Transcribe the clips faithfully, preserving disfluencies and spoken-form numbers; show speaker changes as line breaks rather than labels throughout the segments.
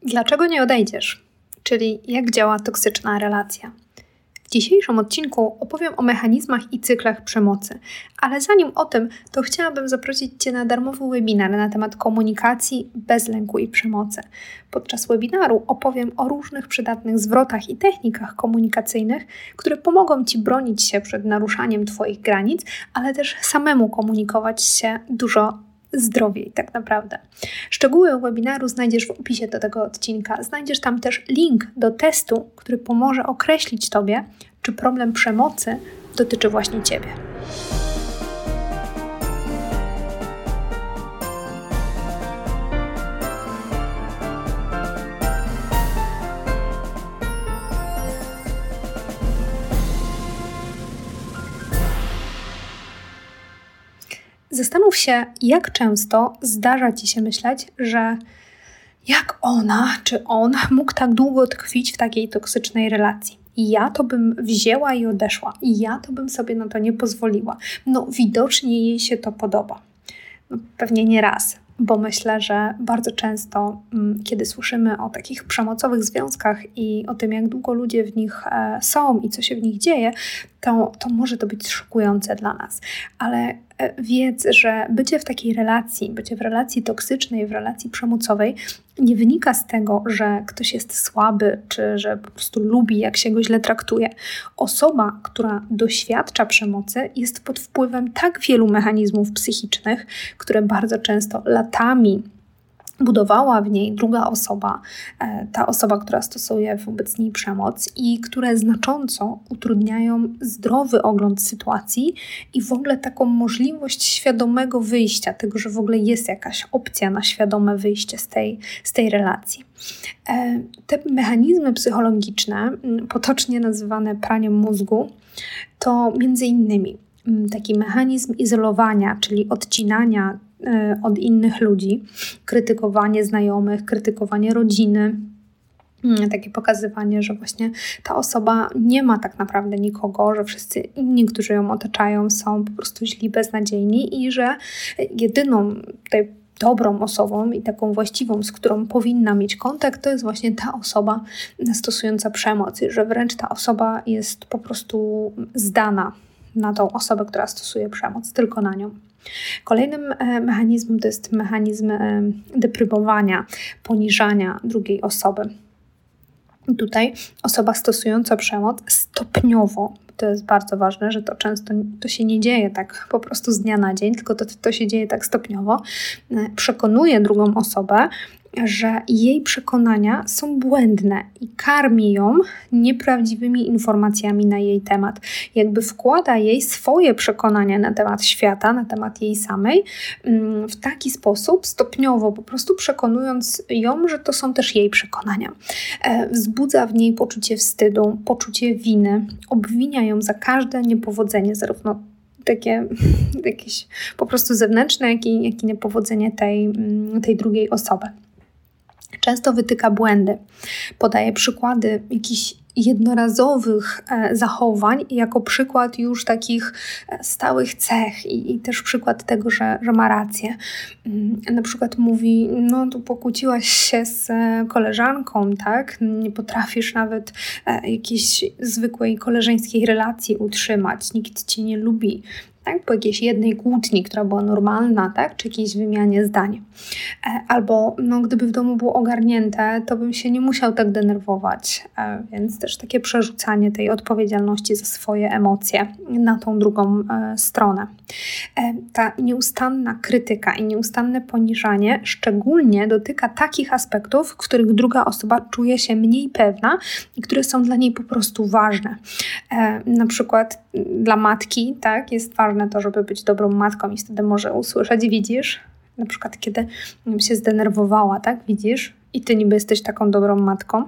Dlaczego nie odejdziesz? Czyli jak działa toksyczna relacja. W dzisiejszym odcinku opowiem o mechanizmach i cyklach przemocy, ale zanim o tym, to chciałabym zaprosić Cię na darmowy webinar na temat komunikacji bez lęku i przemocy. Podczas webinaru opowiem o różnych przydatnych zwrotach i technikach komunikacyjnych, które pomogą Ci bronić się przed naruszaniem Twoich granic, ale też samemu komunikować się dużo zdrowiej tak naprawdę. Szczegóły webinaru znajdziesz w opisie do tego odcinka. Znajdziesz tam też link do testu, który pomoże określić Tobie, czy problem przemocy dotyczy właśnie Ciebie. Zastanów się, jak często zdarza Ci się myśleć, że jak ona czy on mógł tak długo tkwić w takiej toksycznej relacji. Ja to bym wzięła i odeszła. Ja to bym sobie na to nie pozwoliła. No widocznie jej się to podoba. No, pewnie nie raz, bo myślę, że bardzo często, kiedy słyszymy o takich przemocowych związkach i o tym, jak długo ludzie w nich są i co się w nich dzieje, to, to może to być szokujące dla nas. Ale wiedz, że bycie w takiej relacji, bycie w relacji toksycznej, w relacji przemocowej nie wynika z tego, że ktoś jest słaby, czy że po prostu lubi, jak się go źle traktuje. Osoba, która doświadcza przemocy, jest pod wpływem tak wielu mechanizmów psychicznych, które bardzo często latami budowała w niej druga osoba, ta osoba, która stosuje wobec niej przemoc i które znacząco utrudniają zdrowy ogląd sytuacji i w ogóle taką możliwość świadomego wyjścia, tego, że w ogóle jest jakaś opcja na świadome wyjście z tej, z tej relacji. Te mechanizmy psychologiczne, potocznie nazywane praniem mózgu, to między innymi taki mechanizm izolowania, czyli odcinania od innych ludzi, krytykowanie znajomych, krytykowanie rodziny, takie pokazywanie, że właśnie ta osoba nie ma tak naprawdę nikogo, że wszyscy inni, którzy ją otaczają, są po prostu źli, beznadziejni i że jedyną tutaj dobrą osobą i taką właściwą, z którą powinna mieć kontakt, to jest właśnie ta osoba stosująca przemoc, że wręcz ta osoba jest po prostu zdana na tą osobę, która stosuje przemoc, tylko na nią. Kolejnym mechanizmem to jest mechanizm deprymowania, poniżania drugiej osoby. Tutaj osoba stosująca przemoc stopniowo, to jest bardzo ważne, że to często to się nie dzieje tak po prostu z dnia na dzień, tylko to, to się dzieje tak stopniowo, przekonuje drugą osobę, że jej przekonania są błędne i karmi ją nieprawdziwymi informacjami na jej temat. Jakby wkłada jej swoje przekonania na temat świata, na temat jej samej w taki sposób, stopniowo po prostu przekonując ją, że to są też jej przekonania. Wzbudza w niej poczucie wstydu, poczucie winy, obwinia ją za każde niepowodzenie, zarówno takie jakieś po prostu zewnętrzne, jak i, jak i niepowodzenie tej, tej drugiej osoby. Często wytyka błędy, podaje przykłady jakichś jednorazowych e, zachowań jako przykład już takich e, stałych cech i, i też przykład tego, że, że ma rację. E, na przykład mówi, no tu pokłóciłaś się z e, koleżanką, tak? Nie potrafisz nawet e, jakiejś zwykłej koleżeńskiej relacji utrzymać, nikt cię nie lubi. Tak, po jakiejś jednej kłótni, która była normalna, tak, czy jakiejś wymianie zdań. Albo no, gdyby w domu było ogarnięte, to bym się nie musiał tak denerwować, więc też takie przerzucanie tej odpowiedzialności za swoje emocje na tą drugą stronę. Ta nieustanna krytyka i nieustanne poniżanie szczególnie dotyka takich aspektów, w których druga osoba czuje się mniej pewna i które są dla niej po prostu ważne. Na przykład dla matki, tak, jest ważne to, żeby być dobrą matką i wtedy może usłyszeć, widzisz, na przykład kiedy się zdenerwowała, tak, widzisz, i ty niby jesteś taką dobrą matką.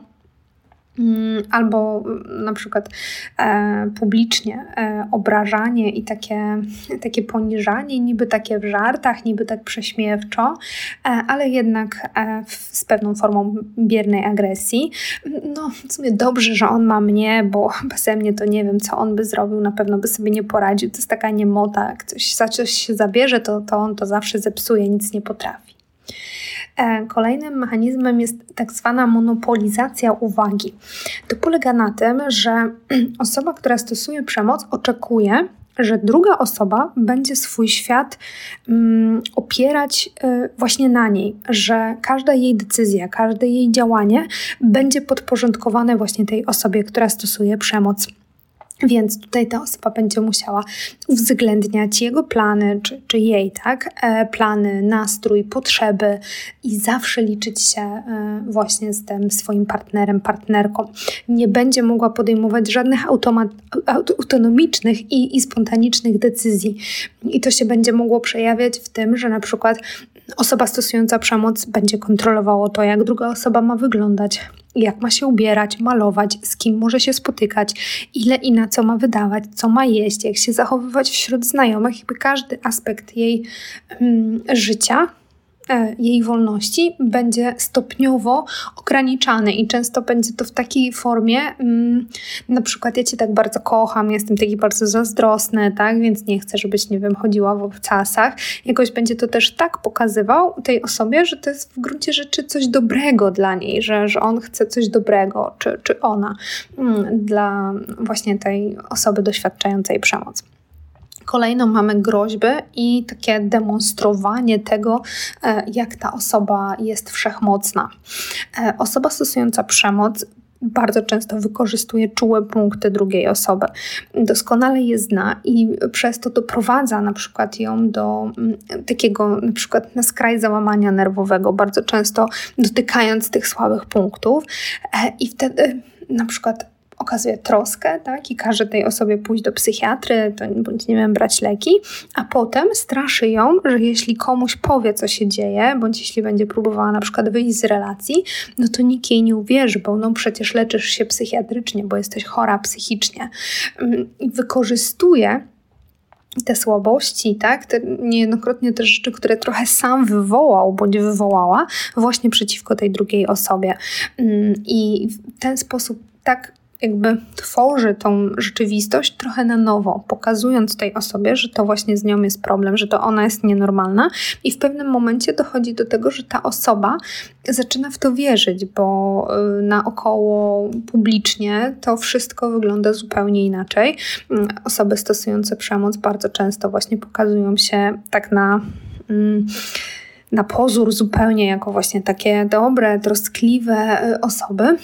Albo na przykład e, publicznie e, obrażanie i takie, takie poniżanie, niby takie w żartach, niby tak prześmiewczo, e, ale jednak e, w, z pewną formą biernej agresji. No w sumie dobrze, że on ma mnie, bo bez mnie to nie wiem, co on by zrobił, na pewno by sobie nie poradził. To jest taka niemota, jak coś, za coś się zabierze, to, to on to zawsze zepsuje, nic nie potrafi. Kolejnym mechanizmem jest tak zwana monopolizacja uwagi. To polega na tym, że osoba, która stosuje przemoc, oczekuje, że druga osoba będzie swój świat um, opierać y, właśnie na niej, że każda jej decyzja, każde jej działanie będzie podporządkowane właśnie tej osobie, która stosuje przemoc. Więc tutaj ta osoba będzie musiała uwzględniać jego plany, czy, czy jej, tak? E, plany, nastrój, potrzeby i zawsze liczyć się e, właśnie z tym swoim partnerem, partnerką. Nie będzie mogła podejmować żadnych automat, autonomicznych i, i spontanicznych decyzji. I to się będzie mogło przejawiać w tym, że na przykład osoba stosująca przemoc będzie kontrolowała to, jak druga osoba ma wyglądać, jak ma się ubierać, malować, z kim może się spotykać, ile i na co ma wydawać, co ma jeść, jak się zachowywać wśród znajomych. Jakby każdy aspekt jej um, życia, e, jej wolności będzie stopniowo ograniczany i często będzie to w takiej formie, um, na przykład ja Cię tak bardzo kocham, jestem taki bardzo zazdrosny, tak, więc nie chcę, żebyś, nie wiem, chodziła w obcasach. Jakoś będzie to też tak pokazywał tej osobie, że to jest w gruncie rzeczy coś dobrego dla niej, że, że on chce coś dobrego, czy, czy ona, um, dla właśnie tej osoby doświadczającej przemoc. Kolejną mamy groźby i takie demonstrowanie tego, jak ta osoba jest wszechmocna. Osoba stosująca przemoc bardzo często wykorzystuje czułe punkty drugiej osoby. Doskonale je zna i przez to doprowadza na przykład ją do takiego na przykład na skraj załamania nerwowego, bardzo często dotykając tych słabych punktów i wtedy na przykład okazuje troskę, tak, i każe tej osobie pójść do psychiatry, to, bądź nie wiem, brać leki, a potem straszy ją, że jeśli komuś powie, co się dzieje, bądź jeśli będzie próbowała na przykład wyjść z relacji, no to nikt jej nie uwierzy, bo no przecież leczysz się psychiatrycznie, bo jesteś chora psychicznie. I wykorzystuje te słabości, tak, te niejednokrotnie te rzeczy, które trochę sam wywołał, bądź wywołała właśnie przeciwko tej drugiej osobie. I w ten sposób tak jakby tworzy tą rzeczywistość trochę na nowo, pokazując tej osobie, że to właśnie z nią jest problem, że to ona jest nienormalna i w pewnym momencie dochodzi do tego, że ta osoba zaczyna w to wierzyć, bo naokoło publicznie to wszystko wygląda zupełnie inaczej. Osoby stosujące przemoc bardzo często właśnie pokazują się tak na... Mm, na pozór zupełnie jako właśnie takie dobre, troskliwe osoby.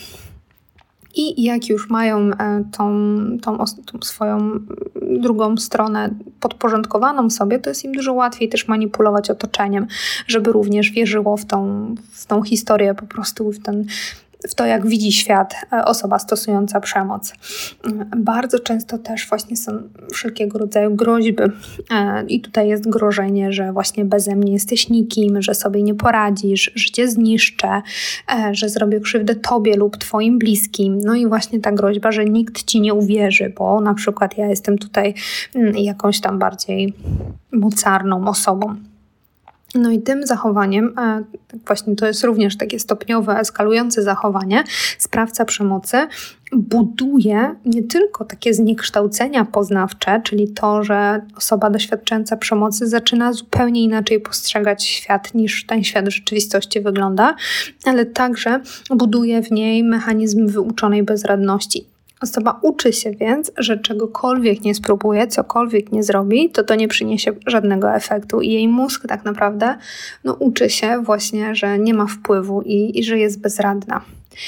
I jak już mają tą, tą, tą swoją drugą stronę podporządkowaną sobie, to jest im dużo łatwiej też manipulować otoczeniem, żeby również wierzyło w tą, w tą historię, po prostu w ten w to, jak widzi świat osoba stosująca przemoc. Bardzo często też właśnie są wszelkiego rodzaju groźby i tutaj jest grożenie, że właśnie beze mnie jesteś nikim, że sobie nie poradzisz, że cię zniszczę, że zrobię krzywdę tobie lub twoim bliskim. No i właśnie ta groźba, że nikt ci nie uwierzy, bo na przykład ja jestem tutaj jakąś tam bardziej mocarną osobą. No i tym zachowaniem, a właśnie to jest również takie stopniowe, eskalujące zachowanie, sprawca przemocy buduje nie tylko takie zniekształcenia poznawcze, czyli to, że osoba doświadczająca przemocy zaczyna zupełnie inaczej postrzegać świat, niż ten świat w rzeczywistości wygląda, ale także buduje w niej mechanizm wyuczonej bezradności. Osoba uczy się więc, że czegokolwiek nie spróbuje, cokolwiek nie zrobi, to to nie przyniesie żadnego efektu i jej mózg tak naprawdę no, uczy się właśnie, że nie ma wpływu i, i że jest bezradna.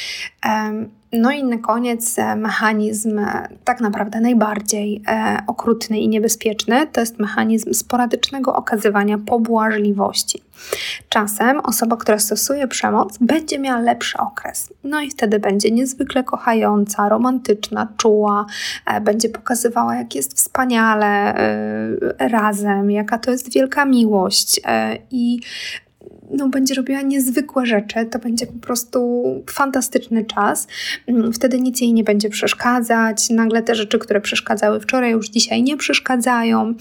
Um, No i na koniec mechanizm tak naprawdę najbardziej e, okrutny i niebezpieczny to jest mechanizm sporadycznego okazywania pobłażliwości. Czasem osoba, która stosuje przemoc, będzie miała lepszy okres. No i wtedy będzie niezwykle kochająca, romantyczna, czuła, e, będzie pokazywała, jak jest wspaniale e, razem, jaka to jest wielka miłość e, i no, będzie robiła niezwykłe rzeczy, to będzie po prostu fantastyczny czas. Wtedy nic jej nie będzie przeszkadzać. Nagle te rzeczy, które przeszkadzały wczoraj, już dzisiaj nie przeszkadzają.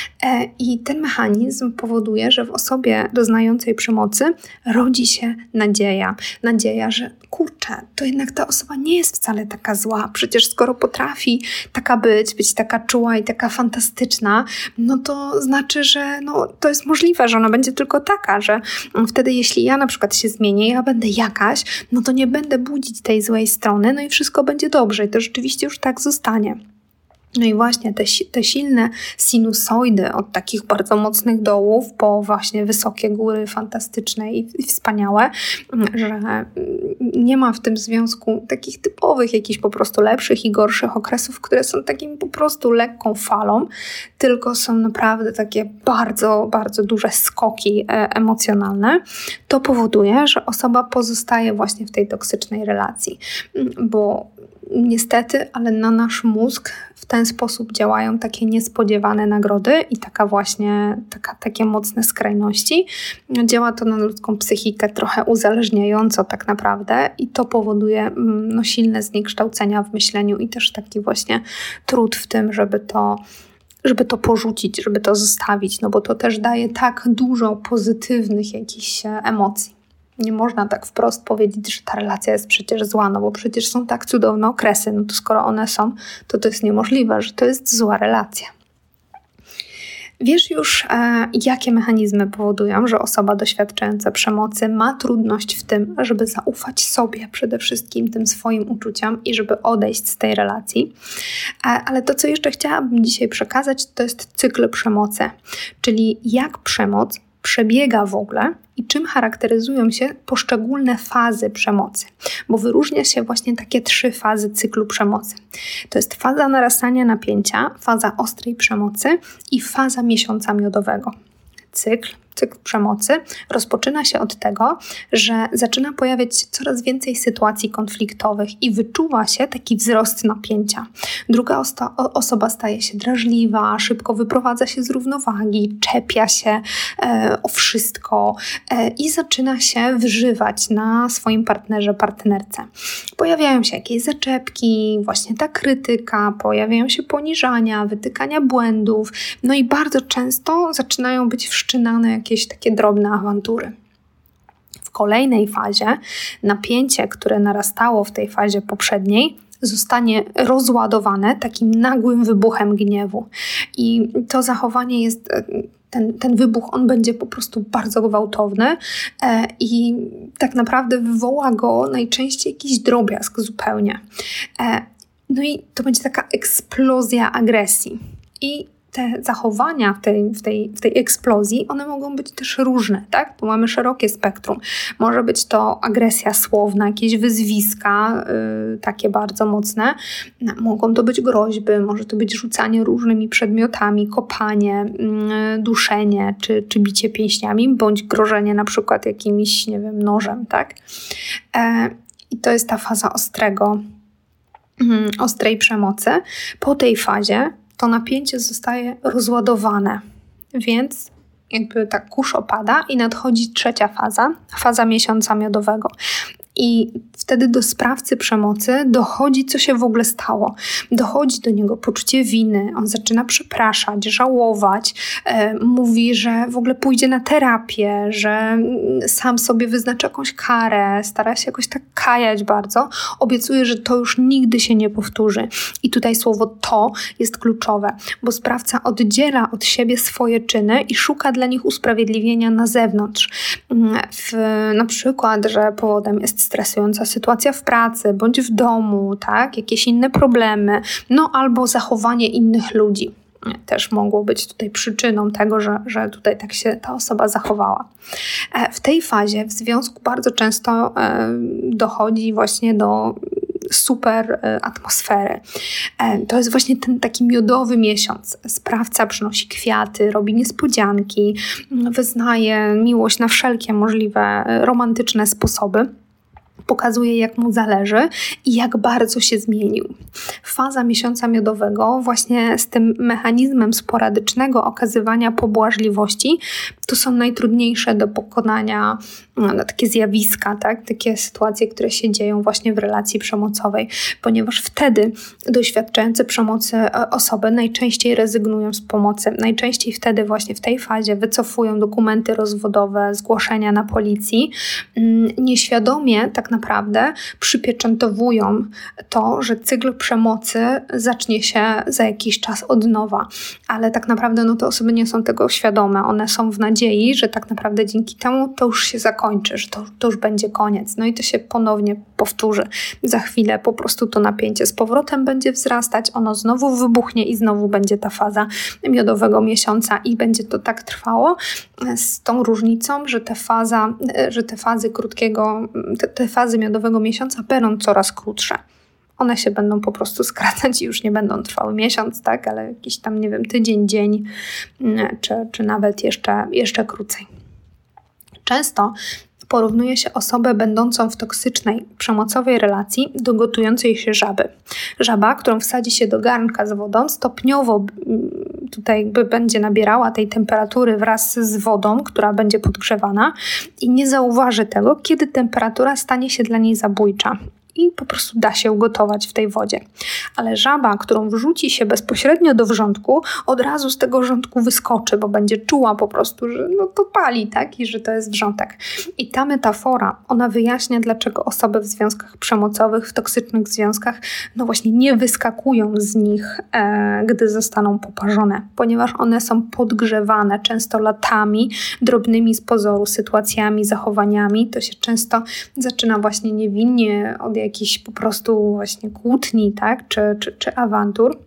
I ten mechanizm powoduje, że w osobie doznającej przemocy rodzi się nadzieja. Nadzieja, że kurczę, to jednak ta osoba nie jest wcale taka zła. Przecież skoro potrafi taka być, być taka czuła i taka fantastyczna, no to znaczy, że no, to jest możliwe, że ona będzie tylko taka, że Wtedy jeśli ja na przykład się zmienię, ja będę jakaś, no to nie będę budzić tej złej strony, no i wszystko będzie dobrze i to rzeczywiście już tak zostanie. No i właśnie te, te silne sinusoidy od takich bardzo mocnych dołów po właśnie wysokie góry fantastyczne i, i wspaniałe, że nie ma w tym związku takich typowych, jakichś po prostu lepszych i gorszych okresów, które są takim po prostu lekką falą, tylko są naprawdę takie bardzo, bardzo duże skoki emocjonalne. To powoduje, że osoba pozostaje właśnie w tej toksycznej relacji, bo niestety, ale na nasz mózg w ten sposób działają takie niespodziewane nagrody i taka właśnie, taka, takie mocne skrajności. Działa to na ludzką psychikę trochę uzależniająco tak naprawdę i to powoduje no, silne zniekształcenia w myśleniu i też taki właśnie trud w tym, żeby to żeby to porzucić, żeby to zostawić, no bo to też daje tak dużo pozytywnych jakichś emocji. Nie można tak wprost powiedzieć, że ta relacja jest przecież zła, no bo przecież są tak cudowne okresy, no to skoro one są, to to jest niemożliwe, że to jest zła relacja. Wiesz już, e, jakie mechanizmy powodują, że osoba doświadczająca przemocy ma trudność w tym, żeby zaufać sobie przede wszystkim, tym swoim uczuciom i żeby odejść z tej relacji. E, ale to, co jeszcze chciałabym dzisiaj przekazać, to jest cykl przemocy, czyli jak przemoc przebiega w ogóle i czym charakteryzują się poszczególne fazy przemocy, bo wyróżnia się właśnie takie trzy fazy cyklu przemocy. To jest faza narastania napięcia, faza ostrej przemocy i faza miesiąca miodowego. Cykl, cykl przemocy rozpoczyna się od tego, że zaczyna pojawiać się coraz więcej sytuacji konfliktowych i wyczuwa się taki wzrost napięcia. Druga osta- osoba staje się drażliwa, szybko wyprowadza się z równowagi, czepia się e, o wszystko e, i zaczyna się wyżywać na swoim partnerze, partnerce. Pojawiają się jakieś zaczepki, właśnie ta krytyka, pojawiają się poniżania, wytykania błędów, no i bardzo często zaczynają być wszczynane jakieś takie drobne awantury. W kolejnej fazie napięcie, które narastało w tej fazie poprzedniej, zostanie rozładowane takim nagłym wybuchem gniewu. I to zachowanie jest, ten, ten wybuch, on będzie po prostu bardzo gwałtowny e, i tak naprawdę wywoła go najczęściej jakiś drobiazg zupełnie. E, no i to będzie taka eksplozja agresji. I te zachowania w tej, w, tej, w tej eksplozji, one mogą być też różne, tak? Bo mamy szerokie spektrum. Może być to agresja słowna, jakieś wyzwiska, yy, takie bardzo mocne. Mogą to być groźby, może to być rzucanie różnymi przedmiotami, kopanie, yy, duszenie, czy, czy bicie pięściami, bądź grożenie na przykład jakimś, nie wiem, nożem, tak? Yy, I to jest ta faza ostrego, yy, ostrej przemocy. Po tej fazie to napięcie zostaje rozładowane, więc jakby tak kurz opada i nadchodzi trzecia faza, faza miesiąca miodowego. I wtedy do sprawcy przemocy dochodzi, co się w ogóle stało. Dochodzi do niego poczucie winy, on zaczyna przepraszać, żałować, e, mówi, że w ogóle pójdzie na terapię, że sam sobie wyznaczy jakąś karę, stara się jakoś tak kajać bardzo, obiecuje, że to już nigdy się nie powtórzy. I tutaj słowo to jest kluczowe, bo sprawca oddziela od siebie swoje czyny i szuka dla nich usprawiedliwienia na zewnątrz. W, na przykład, że powodem jest stresująca sytuacja w pracy, bądź w domu, tak, jakieś inne problemy, no albo zachowanie innych ludzi. Też mogło być tutaj przyczyną tego, że, że tutaj tak się ta osoba zachowała. W tej fazie w związku bardzo często dochodzi właśnie do super atmosfery. To jest właśnie ten taki miodowy miesiąc. Sprawca przynosi kwiaty, robi niespodzianki, wyznaje miłość na wszelkie możliwe romantyczne sposoby. Pokazuje, jak mu zależy i jak bardzo się zmienił. Faza miesiąca miodowego właśnie z tym mechanizmem sporadycznego okazywania pobłażliwości to są najtrudniejsze do pokonania na takie zjawiska, tak? Takie sytuacje, które się dzieją właśnie w relacji przemocowej, ponieważ wtedy doświadczające przemocy osoby najczęściej rezygnują z pomocy. Najczęściej wtedy właśnie w tej fazie wycofują dokumenty rozwodowe, zgłoszenia na policji. Nieświadomie tak naprawdę przypieczętowują to, że cykl przemocy zacznie się za jakiś czas od nowa. Ale tak naprawdę no, te osoby nie są tego świadome. One są w nadziei, że tak naprawdę dzięki temu to już się zakończy, że to, to już będzie koniec. No i to się ponownie powtórzy. Za chwilę po prostu to napięcie z powrotem będzie wzrastać, ono znowu wybuchnie i znowu będzie ta faza miodowego miesiąca i będzie to tak trwało, z tą różnicą, że te, faza, że te fazy krótkiego, te, te fazy miodowego miesiąca będą coraz krótsze. One się będą po prostu skracać i już nie będą trwały miesiąc, tak, ale jakiś tam, nie wiem, tydzień, dzień, czy, czy nawet jeszcze, jeszcze krócej. Często porównuje się osobę będącą w toksycznej, przemocowej relacji do gotującej się żaby. Żaba, którą wsadzi się do garnka z wodą, stopniowo tutaj jakby będzie nabierała tej temperatury wraz z wodą, która będzie podgrzewana i nie zauważy tego, kiedy temperatura stanie się dla niej zabójcza. I po prostu da się ugotować w tej wodzie. Ale żaba, którą wrzuci się bezpośrednio do wrzątku, od razu z tego wrzątku wyskoczy, bo będzie czuła po prostu, że no to pali, tak? I że to jest wrzątek. I ta metafora, ona wyjaśnia, dlaczego osoby w związkach przemocowych, w toksycznych związkach, no właśnie nie wyskakują z nich, e, gdy zostaną poparzone, ponieważ one są podgrzewane często latami, drobnymi z pozoru sytuacjami, zachowaniami. To się często zaczyna właśnie niewinnie od jakichś po prostu właśnie kłótni, tak, czy, czy, czy awantur.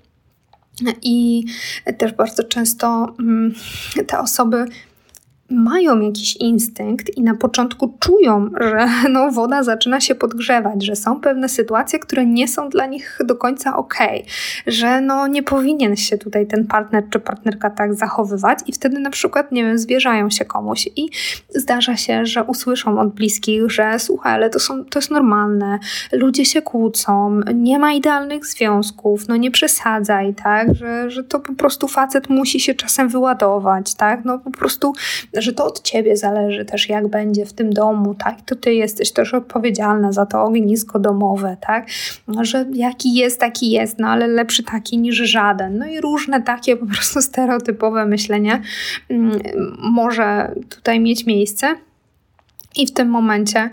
I też bardzo często mm, te osoby mają jakiś instynkt i na początku czują, że no, woda zaczyna się podgrzewać, że są pewne sytuacje, które nie są dla nich do końca okej, że no, nie powinien się tutaj ten partner czy partnerka tak zachowywać i wtedy na przykład, nie wiem, zwierzają się komuś i zdarza się, że usłyszą od bliskich, że słuchaj, ale to, są, to jest normalne, ludzie się kłócą, nie ma idealnych związków, no nie przesadzaj, tak, że, że to po prostu facet musi się czasem wyładować, tak, no po prostu że to od ciebie zależy też, jak będzie w tym domu, tak? To ty jesteś też odpowiedzialna za to ognisko domowe, tak? No, że jaki jest, taki jest, no ale lepszy taki niż żaden. No i różne takie po prostu stereotypowe myślenie mm, może tutaj mieć miejsce i w tym momencie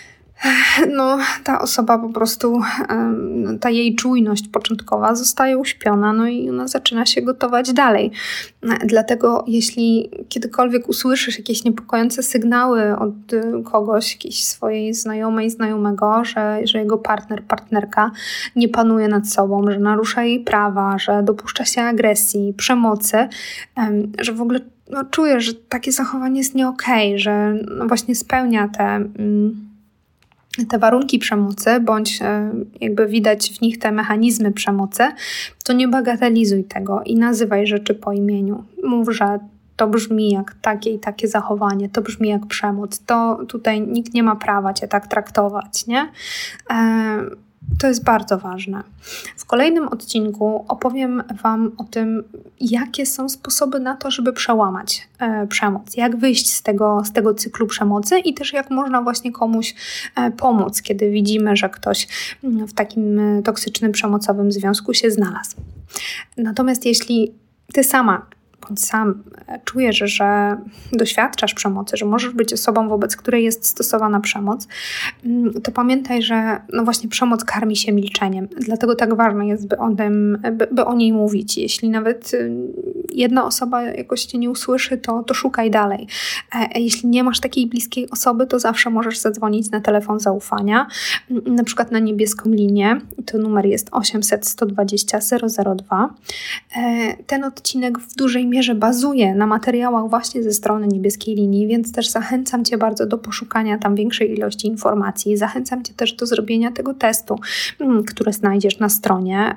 no, ta osoba po prostu, ta jej czujność początkowa zostaje uśpiona, no i ona zaczyna się gotować dalej. Dlatego jeśli kiedykolwiek usłyszysz jakieś niepokojące sygnały od kogoś, jakiejś swojej znajomej, znajomego, że, że jego partner, partnerka nie panuje nad sobą, że narusza jej prawa, że dopuszcza się agresji, przemocy, że w ogóle no, czujesz, że takie zachowanie jest nie okej, że no, właśnie spełnia te... Mm, te warunki przemocy, bądź jakby widać w nich te mechanizmy przemocy, to nie bagatelizuj tego i nazywaj rzeczy po imieniu. Mów, że to brzmi jak takie i takie zachowanie, to brzmi jak przemoc, to tutaj nikt nie ma prawa cię tak traktować, nie? E- To jest bardzo ważne. W kolejnym odcinku opowiem Wam o tym, jakie są sposoby na to, żeby przełamać e, przemoc, jak wyjść z tego, z tego cyklu przemocy i też jak można właśnie komuś e, pomóc, kiedy widzimy, że ktoś w takim e, toksycznym, przemocowym związku się znalazł. Natomiast jeśli Ty sama bądź sam czujesz, że doświadczasz przemocy, że możesz być osobą, wobec której jest stosowana przemoc, to pamiętaj, że no właśnie przemoc karmi się milczeniem. Dlatego tak ważne jest, by o, tym, by, by o niej mówić. Jeśli nawet jedna osoba jakoś cię nie usłyszy, to, to szukaj dalej. A jeśli nie masz takiej bliskiej osoby, to zawsze możesz zadzwonić na telefon zaufania, na przykład na niebieską linię. To numer jest osiemset, sto dwadzieścia, zero zero dwa. Ten odcinek w dużej mierze bazuje na materiałach właśnie ze strony niebieskiej linii, więc też zachęcam Cię bardzo do poszukania tam większej ilości informacji. Zachęcam Cię też do zrobienia tego testu, który znajdziesz na stronie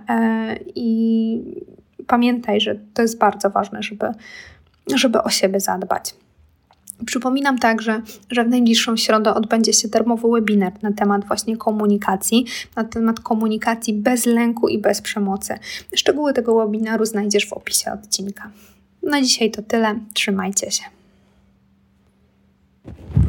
i pamiętaj, że to jest bardzo ważne, żeby, żeby o siebie zadbać. Przypominam także, że w najbliższą środę odbędzie się darmowy webinar na temat właśnie komunikacji, na temat komunikacji bez lęku i bez przemocy. Szczegóły tego webinaru znajdziesz w opisie odcinka. Na dzisiaj to tyle. Trzymajcie się.